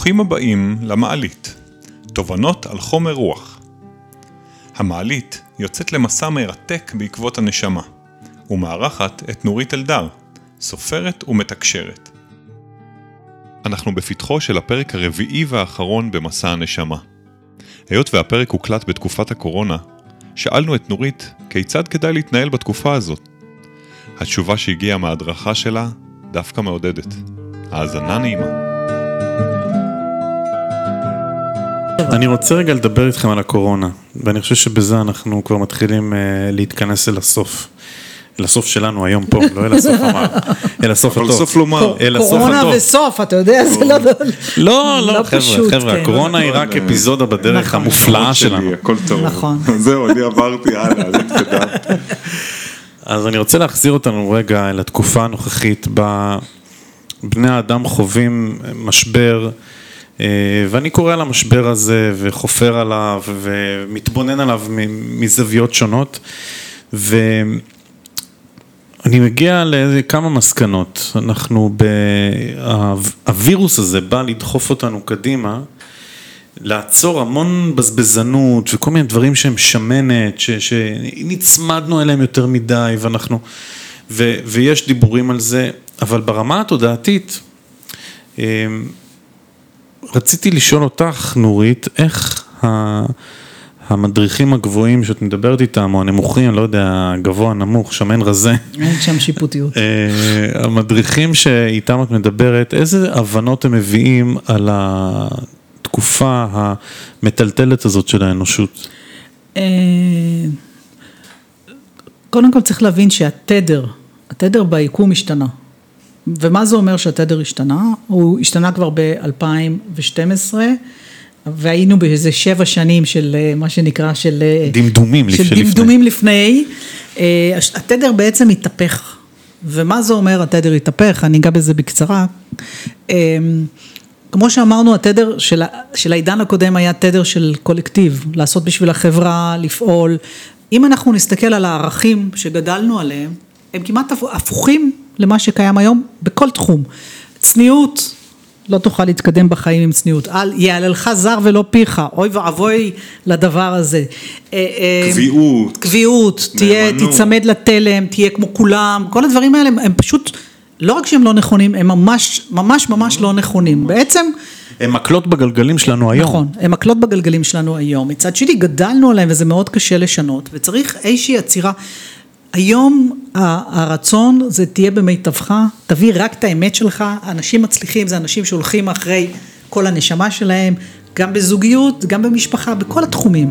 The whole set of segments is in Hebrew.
ברוכים הבאים למעלית, תובנות על חומר רוח. המעלית יוצאת למסע מרתק בעקבות הנשמה, ומארחת את נורית אלדר, סופרת ומתקשרת. אנחנו בפתחו של הפרק הרביעי והאחרון במסע הנשמה. היות והפרק הוקלט בתקופת הקורונה, שאלנו את נורית כיצד כדאי להתנהל בתקופה הזאת. התשובה שהגיעה מההדרכה שלה דווקא מעודדת. האזנה נעימה. אני רוצה רגע לדבר איתכם על הקורונה, ואני חושב שבזה אנחנו כבר מתחילים להתכנס אל הסוף. אל הסוף שלנו היום פה, לא אל הסוף אמר, אל הסוף הטוב. אבל סוף לומר. קורונה וסוף, אתה יודע, זה לא, חבר'ה, הקורונה היא רק אפיזודה בדרך המופלאה שלנו. הכל טוב. נכון. זהו, אני עברתי הלאה, אני התקדמתי. אז אני רוצה להחזיר אותנו רגע אל התקופה הנוכחית, בה בני האדם חווים משבר, ואני קורא על המשבר הזה וחופר עליו ומתבונן עליו מזוויות שונות, ואני מגיע לכמה מסקנות. אנחנו, הווירוס הזה בא לדחוף אותנו קדימה, לעצור המון בזבזנות וכל מיני דברים שהם שמנת, שנצמדנו אליהם יותר מדי, ויש דיבורים על זה, אבל ברמה התודעתית, רציתי לשאול אותך, נורית, איך המדריכים הגבוהים שאת מדברת איתם, או הנמוכים, אני לא יודע, הגבוה, נמוך, שמן רזה. אין שם שיפוטיות. המדריכים שאיתם את מדברת, איזה הבנות הם מביאים על התקופה המטלטלת הזאת של האנושות? קודם כל צריך להבין שהתדר ביקום השתנה. ומה זה אומר שהתדר השתנה? הוא השתנה כבר ב-2012, והיינו באיזה 7 שנים של מה שנקרא של דמדומים לפני. התדר בעצם התהפך. ומה זה אומר התדר התהפך? אני אגע בזה בקצרה. כמו שאמרנו, התדר של העידן הקודם היה תדר של קולקטיב, לעשות בשביל החברה, לפעול. אם אנחנו נסתכל על הערכים שגדלנו עליהם, הם כמעט הפוכים למה שקיים היום בכל תחום. צניעות, לא תוכל להתקדם בחיים עם צניעות. יעללך זר ולא פיך, אוי ואבוי לדבר הזה. קביעות, תצמד לתלם, תהיה כמו כולם, כל הדברים האלה הם פשוט, לא רק שהם לא נכונים, הם ממש לא נכונים. בעצם הם מקלות בגלגלים שלנו היום. נכון, הם מקלות בגלגלים שלנו היום. מצד שני גדלנו עליהם וזה מאוד קשה לשנות, וצריך איזושהי עצירה. היום הרצון זה תהיה במיטבך, תביא רק את האמת שלך. אנשים מצליחים זה אנשים שהולכים אחרי כל הנשמה שלהם, גם בזוגיות, גם במשפחה, בכל התחומים.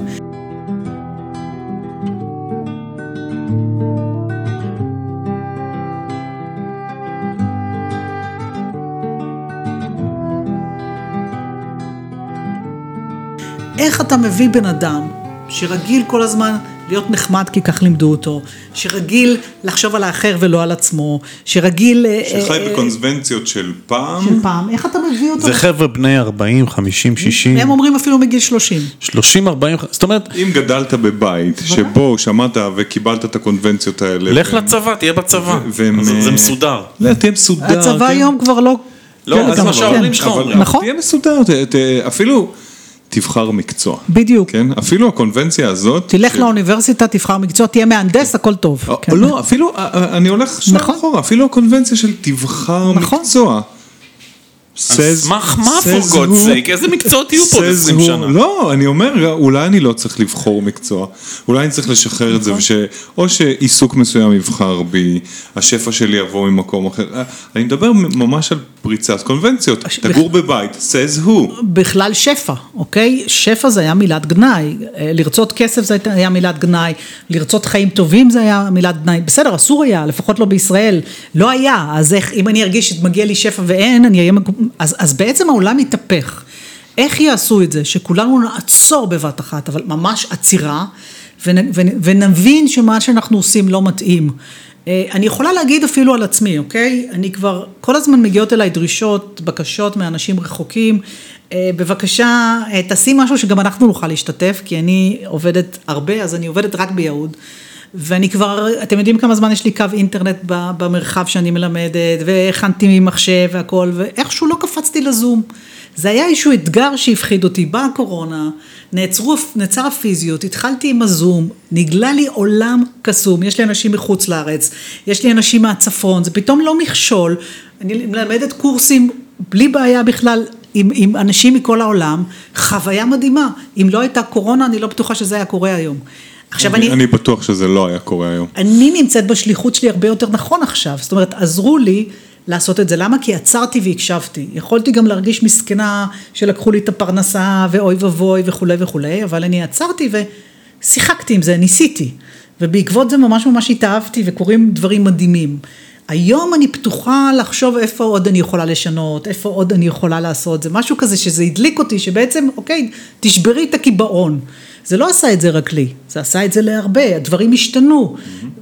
איך אתה מביא בן אדם שרגיל כל הזמן להיות נחמד כי כך לימדו אותו, שרגיל לחשוב על האחר ולא על עצמו, שרגיל שחי בקונבנציות של פעם. איך אתה מביא אותו? זה חבר'ה בני 40, 50, 60. הם אומרים אפילו מגיל 30. 30, 40, זאת אומרת, אם גדלת בבית שבו שמעת וקיבלת את הקונבנציות האלה. לך לצבא, תהיה בצבא. זה מסודר. תהיה מסודר. הצבא היום כבר לא. לא, זה מה שההורים שלך אומרים. נכון. תהיה מסודר, אפילו תבחר מקצוע. בדיוק. כן? אפילו הקונבנציה הזאת. תלך לאוניברסיטה, תבחר מקצוע, תהיה מהנדס, הכל טוב. לא, אפילו, אני הולך שנייה אחורה, אפילו הקונבנציה של תבחר מקצוע. אז מה for God's sake? איזה מקצועות יהיו פה ב-20 שנה? לא, אני אומר, אולי אני לא צריך לבחור מקצוע. אולי אני צריך לשחרר את זה, או שעיסוק מסוים יבחר בי, השפע שלי יבוא ממקום אחר. אני מדבר ממש על פריצת קונבנציות. תגור בבית, says who. בכלל שפע, אוקיי? שפע זה היה מילת גנאי. לרצות כסף זה היה מילת גנאי. לרצות חיים טובים זה היה מילת גנאי. בסדר, אסור היה, לפחות לא בישראל. לא היה. אז איך, אם אני ארגיש שמגיע לי שפע ואין, אני אהיה אז בעצם העולם מתהפך. איך יעשו את זה? שכולנו נעצור בבת אחת, אבל ממש עצירה, ונבין שמה שאנחנו עושים לא מתאים. אני יכולה להגיד אפילו על עצמי, אוקיי? אני כבר כל הזמן מגיעות אליי דרישות, בקשות מאנשים רחוקים, בבקשה, תעשי משהו שגם אנחנו נוכל להשתתף, כי אני עובדת הרבה, אז אני עובדת רק ביהוד, ואני כבר, אתם יודעים כמה זמן יש לי קו אינטרנט במרחב שאני מלמדת, והכנתי ממחשב והכל, ואיכשהו לא קפצתי לזום. זה היה איזשהו אתגר שהפחיד אותי, באה הקורונה, נעצר הפיזיות, התחלתי עם הזום, נגלה לי עולם קסום, יש לי אנשים מחוץ לארץ, יש לי אנשים מהצפון, זה פתאום לא מכשול, אני מלמדת קורסים בלי בעיה בכלל, עם אנשים מכל העולם, חוויה מדהימה, אם לא הייתה קורונה, אני לא בטוחה שזה היה קורה היום. אני בטוח שזה לא היה קורה היום. אני נמצאת בשליחות שלי הרבה יותר נכון עכשיו, זאת אומרת, עזרו לי לעשות את זה, למה? כי עצרתי והקשבתי, יכולתי גם להרגיש מסכנה שלקחו לי את הפרנסה ואוי ובוי וכו' וכו', אבל אני עצרתי ושיחקתי עם זה, ניסיתי, ובעקבות זה ממש ממש התאהבתי וקוראים דברים מדהימים. היום אני פתוחה לחשוב איפה עוד אני יכולה לשנות, איפה עוד אני יכולה לעשות, זה משהו כזה שזה הדליק אותי, שבעצם, אוקיי, תשברי את הקיבעון. זה לא עשה את זה רק לי, זה עשה את זה להרבה, הדברים השתנו,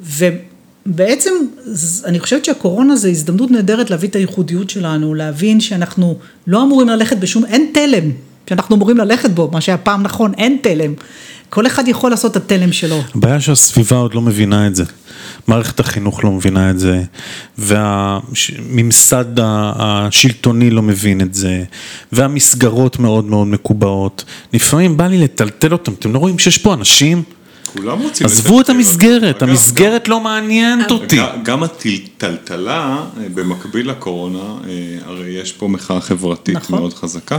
ובעצם אני חושבת שהקורונה זה הזדמנות נהדרת להביא את הייחודיות שלנו, להבין שאנחנו לא אמורים ללכת בשום, אין תלם, שאנחנו אמורים ללכת בו, מה שהיה פעם נכון, אין תלם, כל אחד יכול לעשות את התלם שלו. הבעיה שהסביבה עוד לא מבינה את זה, מערכת החינוך לא מבינה את זה, והממסד השלטוני לא מבין את זה, והמסגרות מאוד מאוד מקובעות, לפעמים בא לי לטלטל אותם, אתם לא רואים שיש פה אנשים? כולם רוצים עזבו את המסגרת, המסגרת לא מעניינת אותי. גם הטלטלה, במקביל לקורונה, הרי יש פה מחאה חברתית מאוד חזקה,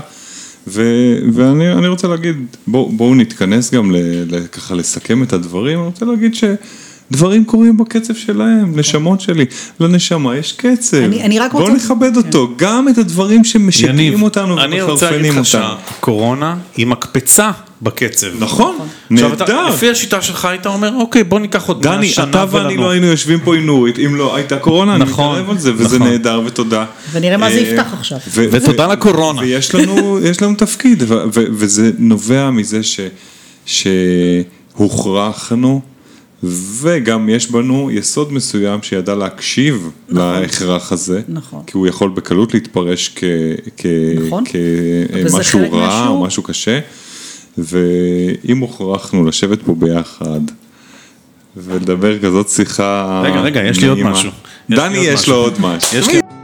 ואני רוצה להגיד, בואו נתכנס גם ככה לסכם את הדברים, אני רוצה להגיד שדברים קורים בקצב שלהם, נשמות שלי, לנשמה יש קצב, בואו נכבד אותו, גם את הדברים שמשגעים אותנו ומחרפנים אותנו. אני רוצה להגיד לך שהקורונה היא מקפצה בקצב. נכון, נהדר. לפי השיטה שלך היית אומר, אוקיי, בוא ניקח עוד 100 שנה ולנו. דני, אתה ואני לא היינו יושבים פה עם נורית, אם לא הייתה קורונה, אני מתערב על זה, וזה נהדר ותודה. ונראה מה זה יפתח עכשיו. ותודה לקורונה. ויש לנו תפקיד, וזה נובע מזה שהוכרחנו, וגם יש בנו יסוד מסוים שידע להקשיב להכרח הזה, כי הוא יכול בקלות להתפרש כמשהו רע או משהו קשה, ואם הוכרחנו לשבת פה ביחד, ולדבר כזאת שיחה... רגע, יש לי עוד משהו. דני יש לו עוד משהו.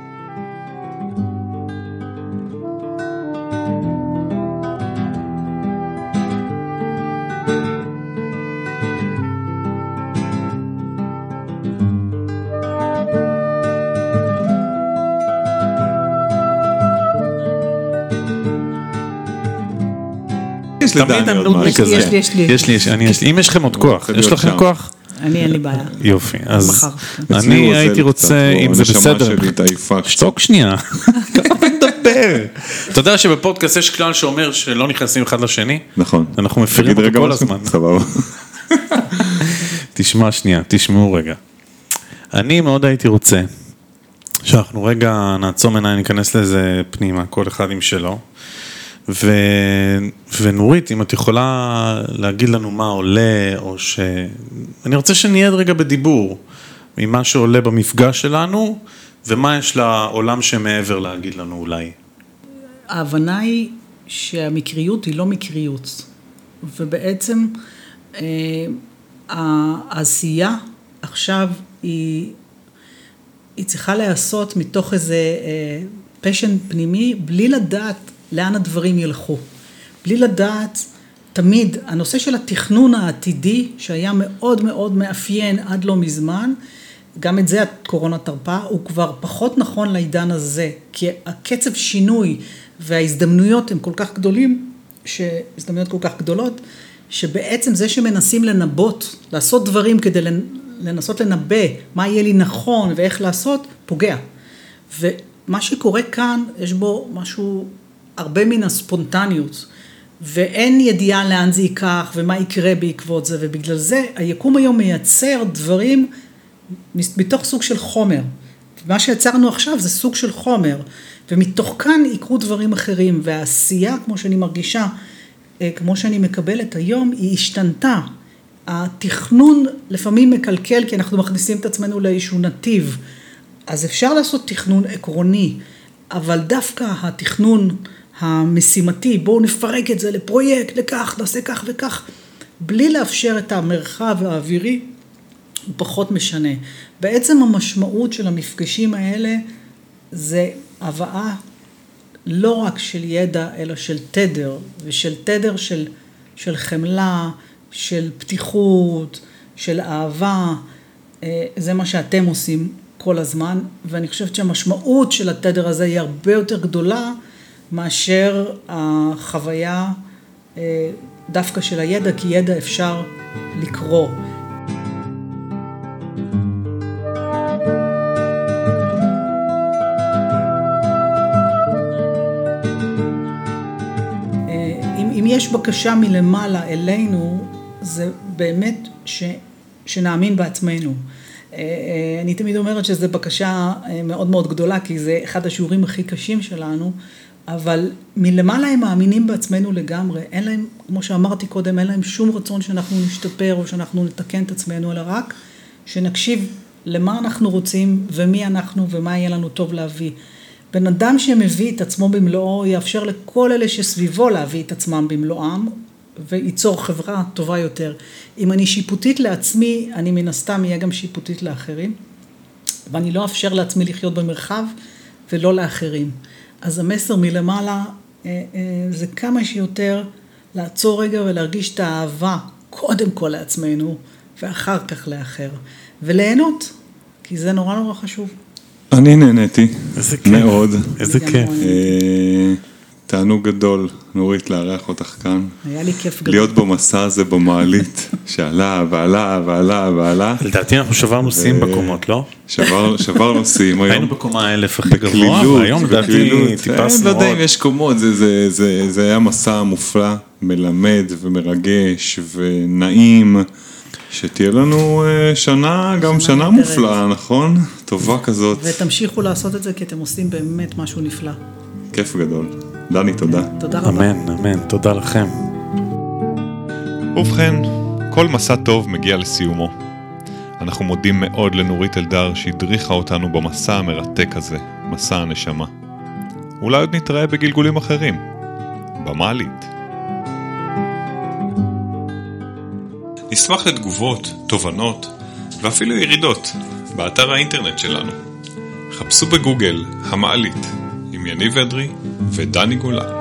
תמיד הנודניק כזה. יש לי. אם יש לכם עוד כוח, יש לכם כוח? אין לי בעיה. יופי, אז אני הייתי רוצה, אם זה בסדר, שתוק שנייה, כמה מדבר. אתה יודע שבפודקאסט יש כלל שאומר שלא נכנסים אחד לשני? נכון. אנחנו מפרים אותו כל הזמן. סבבה. תשמע שנייה, תשמעו רגע. אני מאוד הייתי רוצה, שאנחנו רגע נעצום עיניים, ניכנס לזה פנימה, כל אחד עם שלו, ונורית, אם את יכולה להגיד לנו מה עולה, או אני רוצה שנהיה רגע בדיבור, ממה שעולה במפגש שלנו, ומה יש לעולם שמעבר להגיד לנו אולי. ההבנה היא שהמקריות היא לא מקריות, ובעצם העשייה עכשיו היא צריכה להיעשות מתוך איזה פשן פנימי, בלי לדעת לאן הדברים ילכו. בלי לדעת, תמיד, הנושא של התכנון העתידי, שהיה מאוד מאוד מאפיין עד לא מזמן, גם את זה הקורונה תרפה, הוא כבר פחות נכון לעידן הזה, כי הקצב שינוי וההזדמנויות הם כל כך גדולים, הזדמנויות כל כך גדולות, שבעצם זה שמנסים לנבות, לעשות דברים כדי לנסות לנבא מה יהיה לי נכון ואיך לעשות, פוגע. ומה שקורה כאן, יש בו משהו הרבה מן הספונטניות, ואין ידיעה לאן זה ייקח ומה יקרה בעקבות זה, ובגלל זה היקום היום מייצר דברים מתוך סוג של חומר. מה שיצרנו עכשיו זה סוג של חומר, ומתוך כאן יקרו דברים אחרים, והעשייה, כמו שאני מרגישה, כמו שאני מקבלת היום, היא השתנתה. התכנון לפעמים מקלקל, כי אנחנו מכניסים את עצמנו לאיזשהו נתיב, אז אפשר לעשות תכנון עקרוני, אבל דווקא התכנון המשימתי, בואו נפרק את זה לפרויקט, לכך, נעשה כך וכך, בלי לאפשר את המרחב האווירי, הוא פחות משנה. בעצם המשמעות של המפגשים האלה, זה הבאה לא רק של ידע, אלא של תדר, ושל תדר של חמלה, של פתיחות, של אהבה, זה מה שאתם עושים כל הזמן, ואני חושבת שהמשמעות של התדר הזה היא הרבה יותר גדולה, מאשר החוויה דווקא של הידע, כי ידע אפשר לקרוא. אם יש בקשה מלמעלה אלינו, זה באמת שנאמין בעצמנו. אני תמיד אומרת שזו בקשה מאוד מאוד גדולה, כי זה אחד השיעורים הכי קשים שלנו, אבל מלמעלה הם מאמינים בעצמנו לגמרי. אין להם, כמו שאמרתי קודם, אין להם שום רצון שאנחנו נשתפר או שאנחנו נתקן את עצמנו, אלא רק שנקשיב למה אנחנו רוצים ומי אנחנו ומה יהיה לנו טוב להביא. בן אדם שמביא את עצמו במלואו יאפשר לכל אלה שסביבו להביא את עצמם במלואם, וייצור חברה טובה יותר. אם אני שיפוטית לעצמי, אני מן הסתם אהיה גם שיפוטית לאחרים, ואני לא אפשר לעצמי לחיות במרחב ולא לאחרים. אז המסר מלמעלה זה כמה שיותר לעצור רגע ולהרגיש את האהבה קודם כל לעצמנו ואחר כך לאחר. וליהנות, כי זה נורא נורא חשוב. אני נהניתי מאוד. איזה כיף. תענוג גדול, נורית, לארח אותך כאן. היה לי כיף גדול. להיות במסע הזה במעלית, שעלה ועלה ועלה ועלה. לדעתי אנחנו שברנו שיאים בקומות, לא? שברנו שיאים היום. היינו בקומה 1000 הכי גבוה, והיום לדעתי טיפסנו לא יודע עוד. אם יש קומות, זה היה מסע מופלא, מלמד ומרגש ונעים, שתהיה לנו שנה, גם שנה מופלאה, נכון? טובה כזאת. ותמשיכו לעשות את זה, כי אתם עושים באמת משהו נפלא. כיף גדול. דני, תודה. תודה רבה. אמן, אמן, תודה לכם. ובכן, כל מסע טוב מגיע לסיומו. אנחנו מודים מאוד לנורית אלדר שהדריכה אותנו במסע המרתק הזה, מסע הנשמה. אולי עוד נתראה בגלגולים אחרים, במעלית. נשמח לתגובות, תובנות ואפילו ירידות באתר האינטרנט שלנו. חפשו בגוגל המעלית עם יניב אדרי ודני גולן.